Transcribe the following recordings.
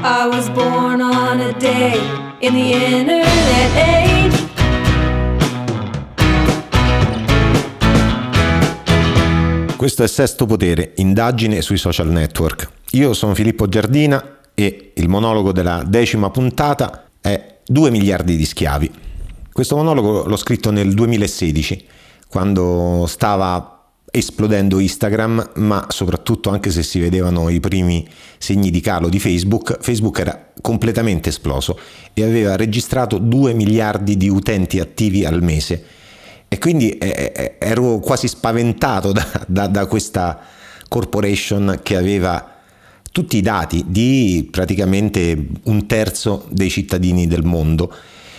I was born on a day in the internet age. Questo è Sesto Potere, indagine sui social network. Io sono Filippo Giardina e il monologo della 10ª puntata è 2 miliardi di schiavi. Questo monologo l'ho scritto nel 2016, quando stava esplodendo Instagram, ma soprattutto, anche se si vedevano i primi segni di calo di Facebook era completamente esploso e aveva registrato 2 miliardi di utenti attivi al mese. E quindi ero quasi spaventato da questa corporation che aveva tutti i dati di praticamente 1/3 dei cittadini del mondo.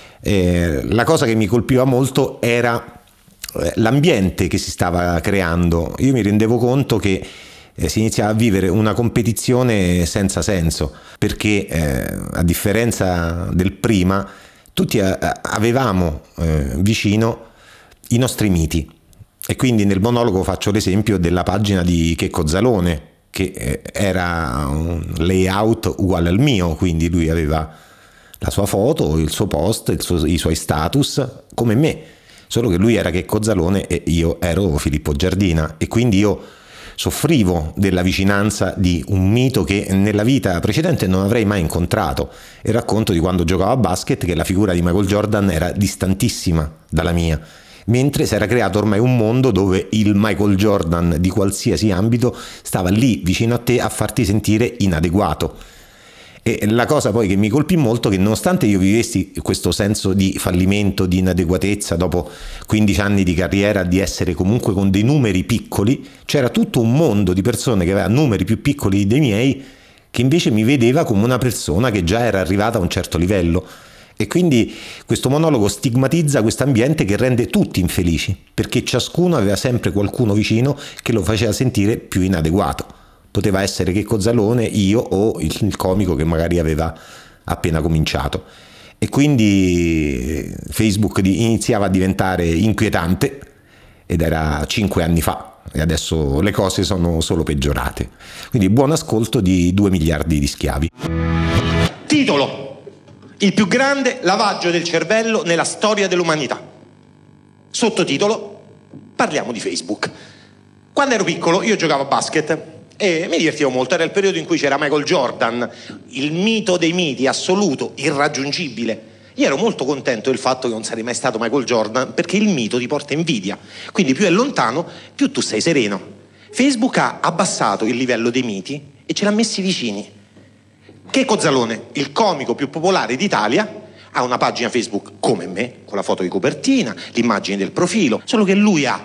La cosa che mi colpiva molto era l'ambiente che si stava creando. Io mi rendevo conto che si iniziava a vivere una competizione senza senso, perché a differenza del prima tutti avevamo vicino i nostri miti. E quindi nel monologo faccio l'esempio della pagina di Checco Zalone, che era un layout uguale al mio, quindi lui aveva la sua foto, il suo post, i suoi status come me, solo che lui era Checco Zalone e io ero Filippo Giardina, e quindi io soffrivo della vicinanza di un mito che nella vita precedente non avrei mai incontrato, e racconto di quando giocavo a basket che la figura di Michael Jordan era distantissima dalla mia, mentre si era creato ormai un mondo dove il Michael Jordan di qualsiasi ambito stava lì vicino a te a farti sentire inadeguato. E la cosa poi che mi colpì molto è che nonostante io vivessi questo senso di fallimento, di inadeguatezza dopo 15 anni di carriera, di essere comunque con dei numeri piccoli, c'era tutto un mondo di persone che aveva numeri più piccoli dei miei, che invece mi vedeva come una persona che già era arrivata a un certo livello. E quindi questo monologo stigmatizza questo ambiente che rende tutti infelici, perché ciascuno aveva sempre qualcuno vicino che lo faceva sentire più inadeguato. Poteva essere Checco Zalone, io o il comico che magari aveva appena cominciato. E quindi Facebook iniziava a diventare inquietante, ed era 5 anni fa, e adesso le cose sono solo peggiorate. Quindi buon ascolto di 2 miliardi di schiavi. Titolo: il più grande lavaggio del cervello nella storia dell'umanità. Sottotitolo: parliamo di Facebook. Quando ero piccolo io giocavo a basket e mi divertivo molto. Era il periodo in cui c'era Michael Jordan, il mito dei miti, assoluto, irraggiungibile. Io ero molto contento del fatto che non sarei mai stato Michael Jordan, perché il mito ti porta invidia, quindi più è lontano più tu sei sereno. Facebook ha abbassato il livello dei miti e ce l'ha messi vicini. Checco Zalone, il comico più popolare d'Italia, ha una pagina Facebook come me, con la foto di copertina, l'immagine del profilo, solo che lui ha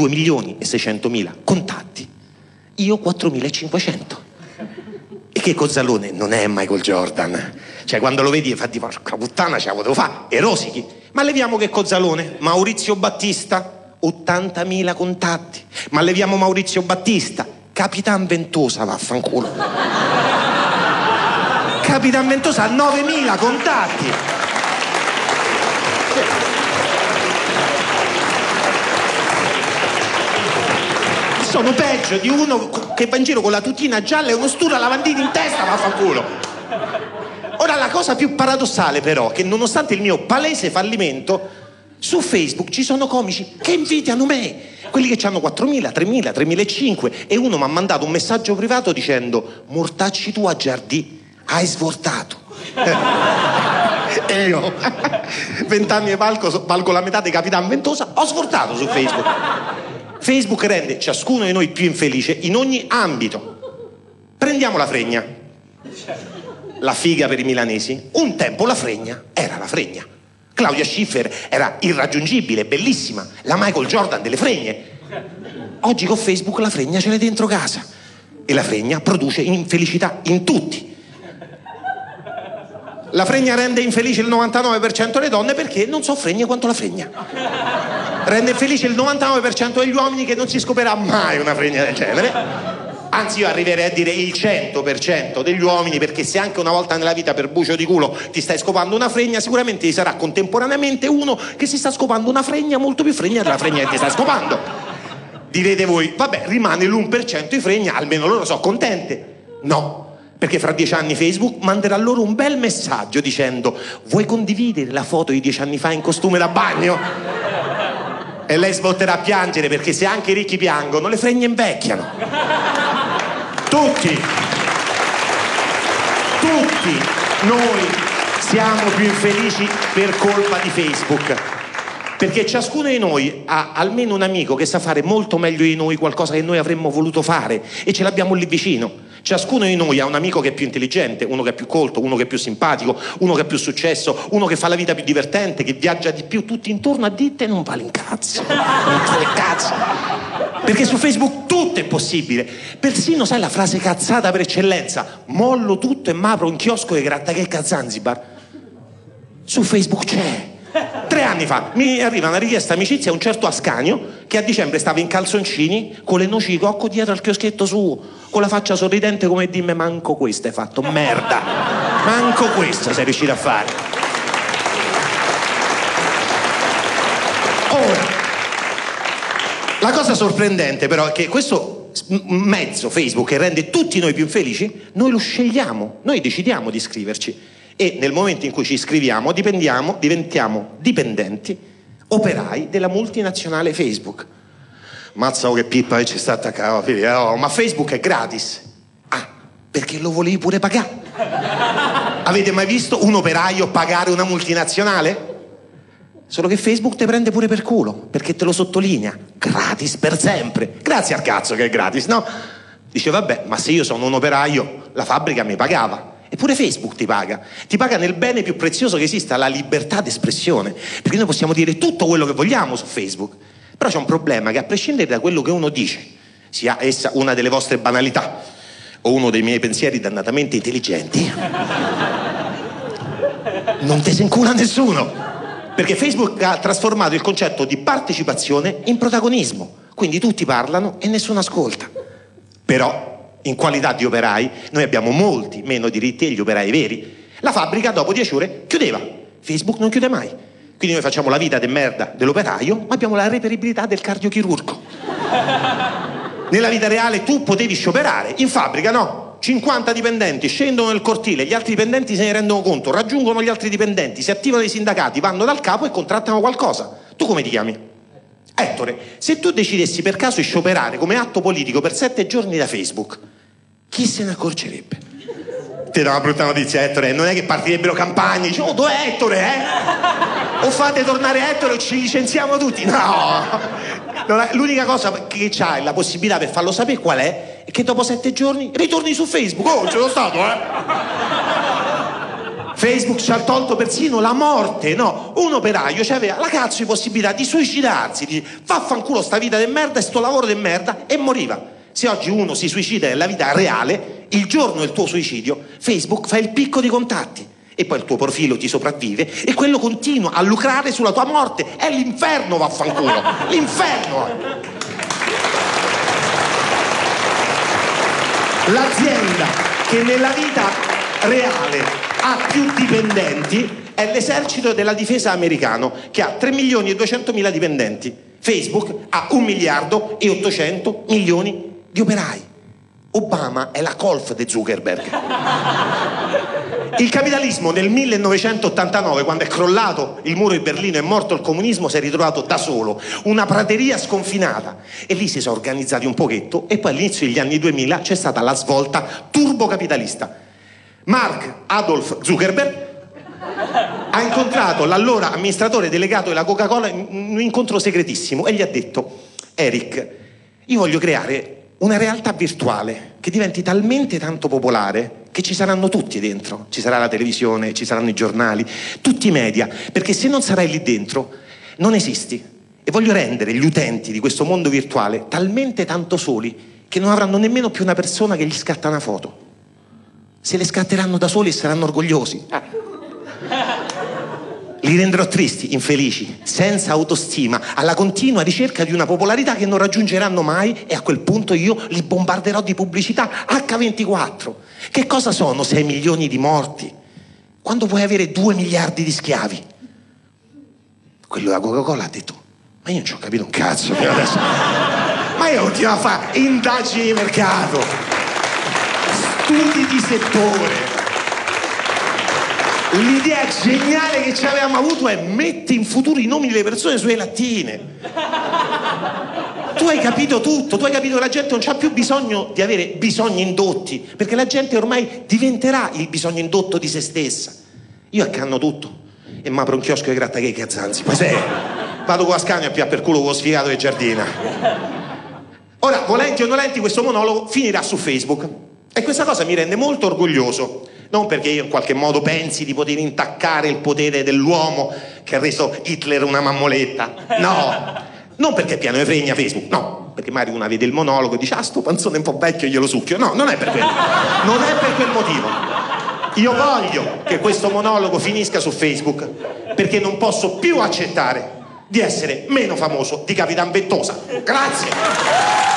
2.600.000 contatti, io 4.500. E Checco Zalone non è Michael Jordan, cioè quando lo vedi fai di porca puttana, ce la potevo fare, e rosichi. Ma leviamo Checco Zalone, Maurizio Battista, 80.000 contatti. Ma leviamo Maurizio Battista, Capitan Ventosa, vaffanculo. Capitan Ventosa ha 9.000 contatti. Sono peggio di uno che va in giro con la tutina gialla e uno stura lavandini in testa, vaffanculo. Ora la cosa più paradossale però è che nonostante il mio palese fallimento, su Facebook ci sono comici che invidiano me, quelli che hanno 4.000, 3.000, 3.500, e uno mi ha mandato un messaggio privato dicendo: mortacci tu a Giardì, hai svoltato. E io 20 anni di valgo la metà di Capitan Ventosa, ho svoltato su Facebook. Facebook rende ciascuno di noi più infelice in ogni ambito. Prendiamo la fregna, la figa per i milanesi. Un tempo la fregna era la fregna. Claudia Schiffer era irraggiungibile, bellissima, la Michael Jordan delle fregne. Oggi con Facebook la fregna ce l'hai dentro casa, e la fregna produce infelicità in tutti. La fregna rende infelice il 99% delle donne perché non so fregne quanto la fregna. Rende infelice il 99% degli uomini, che non si scoprirà mai una fregna del genere. Anzi, io arriverei a dire il 100% degli uomini, perché se anche una volta nella vita per bucio di culo ti stai scopando una fregna, sicuramente ci sarà contemporaneamente uno che si sta scopando una fregna molto più fregna della fregna che ti stai scopando. Direte voi, vabbè, rimane l'1% di fregna, almeno loro sono contente. No, Perché fra 10 anni Facebook manderà loro un bel messaggio dicendo: vuoi condividere la foto di 10 anni fa in costume da bagno? E lei sbotterà a piangere, perché se anche i ricchi piangono, le fregne invecchiano. Tutti noi siamo più infelici per colpa di Facebook, perché ciascuno di noi ha almeno un amico che sa fare molto meglio di noi qualcosa che noi avremmo voluto fare, e ce l'abbiamo lì vicino. Ciascuno di noi ha un amico che è più intelligente, uno che è più colto, uno che è più simpatico, uno che ha più successo, uno che fa la vita più divertente, che viaggia di più. Tutti intorno a ditte non vale un cazzo. Non vale un cazzo. Perché su Facebook tutto è possibile. Persino, sai, la frase cazzata per eccellenza: mollo tutto e m'apro un chiosco di grattachecca a Zanzibar. Su Facebook c'è. 3 anni fa mi arriva una richiesta amicizia a un certo Ascanio, che a dicembre stava in calzoncini con le noci di cocco dietro al chioschetto suo, con la faccia sorridente come dimmi: manco questo hai fatto, merda, manco questo sei riuscito a fare. Ora, la cosa sorprendente però è che questo mezzo Facebook, che rende tutti noi più infelici, noi lo scegliamo, noi decidiamo di iscriverci, e nel momento in cui ci iscriviamo diventiamo dipendenti, operai della multinazionale Facebook. Mazza, che pippa che ci sta attaccato, oh, ma Facebook è gratis. Ah, perché lo volevi pure pagare? Avete mai visto un operaio pagare una multinazionale? Solo che Facebook te prende pure per culo, perché te lo sottolinea: gratis per sempre. Grazie al cazzo che è gratis, no? Dice: vabbè, ma se io sono un operaio, la fabbrica mi pagava. Eppure Facebook ti paga nel bene più prezioso che esista, la libertà d'espressione, perché noi possiamo dire tutto quello che vogliamo su Facebook. Però c'è un problema, che a prescindere da quello che uno dice, sia essa una delle vostre banalità o uno dei miei pensieri dannatamente intelligenti, non te se incula nessuno, perché Facebook ha trasformato il concetto di partecipazione in protagonismo, quindi tutti parlano e nessuno ascolta. Però in qualità di operai noi abbiamo molti meno diritti degli operai veri. La fabbrica dopo 10 ore chiudeva, Facebook non chiude mai, quindi noi facciamo la vita de merda dell'operaio, ma abbiamo la reperibilità del cardiochirurgo. Nella vita reale tu potevi scioperare, in fabbrica no. 50 dipendenti scendono nel cortile, gli altri dipendenti se ne rendono conto, raggiungono gli altri dipendenti, si attivano i sindacati, vanno dal capo e contrattano qualcosa. Tu come ti chiami? Ettore. Se tu decidessi per caso di scioperare come atto politico per 7 giorni da Facebook, chi se ne accorgerebbe? Ti do una brutta notizia, Ettore, non è che partirebbero campagne, dice: oh, dov'è Ettore, O fate tornare Ettore o ci licenziamo tutti. No! L'unica cosa che c'hai la possibilità per farlo sapere qual è che dopo 7 giorni ritorni su Facebook. Oh, ce l'ho stato, Facebook ci ha tolto persino la morte, no? Un operaio aveva la cazzo di possibilità di suicidarsi, di vaffanculo sta vita de merda e sto lavoro de merda, e moriva. Se oggi uno si suicida nella vita reale, il giorno del tuo suicidio Facebook fa il picco di contatti e poi il tuo profilo ti sopravvive e quello continua a lucrare sulla tua morte. È l'inferno, vaffanculo, l'inferno. L'azienda che nella vita reale ha più dipendenti è l'esercito della difesa americano, che ha 3.200.000 dipendenti. Facebook ha 1.800.000.000 di operai. Obama è la Golf di Zuckerberg. Il capitalismo nel 1989, quando è crollato il muro di Berlino e morto il comunismo, si è ritrovato da solo, una prateria sconfinata, e lì si sono organizzati un pochetto, e poi all'inizio degli anni 2000 c'è stata la svolta turbocapitalista. Mark Adolf Zuckerberg ha incontrato l'allora amministratore delegato della Coca-Cola in un incontro segretissimo e gli ha detto: Eric, io voglio creare una realtà virtuale che diventi talmente tanto popolare che ci saranno tutti dentro, ci sarà la televisione, ci saranno i giornali, tutti i media, perché se non sarai lì dentro non esisti, e voglio rendere gli utenti di questo mondo virtuale talmente tanto soli che non avranno nemmeno più una persona che gli scatta una foto, se le scatteranno da soli e saranno orgogliosi. Li renderò tristi, infelici, senza autostima, alla continua ricerca di una popolarità che non raggiungeranno mai, e a quel punto io li bombarderò di pubblicità H24. Che cosa sono 6 milioni di morti quando puoi avere 2 miliardi di schiavi? Quello della Coca-Cola ha detto: ma io non ci ho capito un cazzo fino adesso. Ma io continuo a fare indagini di mercato, studi di settore. L'idea geniale che ci avevamo avuto è: metti in futuro i nomi delle persone sulle lattine. Tu hai capito tutto, tu hai capito che la gente non c'ha più bisogno di avere bisogni indotti, perché la gente ormai diventerà il bisogno indotto di se stessa. Io accanno tutto e mi apro un chiosco di grattacake a Zanzibar. Poi vado con Ascanio a pià per culo con lo sfigato di Giardina. Ora, volenti o nolenti, questo monologo finirà su Facebook e questa cosa mi rende molto orgoglioso. Non perché io in qualche modo pensi di poter intaccare il potere dell'uomo che ha reso Hitler una mammoletta. No, non perché piano e fregna Facebook, no, perché magari una vede il monologo e dice: ah, sto panzone un po' vecchio, glielo succhio. No, non è per quello. Non è per quel motivo. Io voglio che questo monologo finisca su Facebook perché non posso più accettare di essere meno famoso di Capitan Ventosa. Grazie.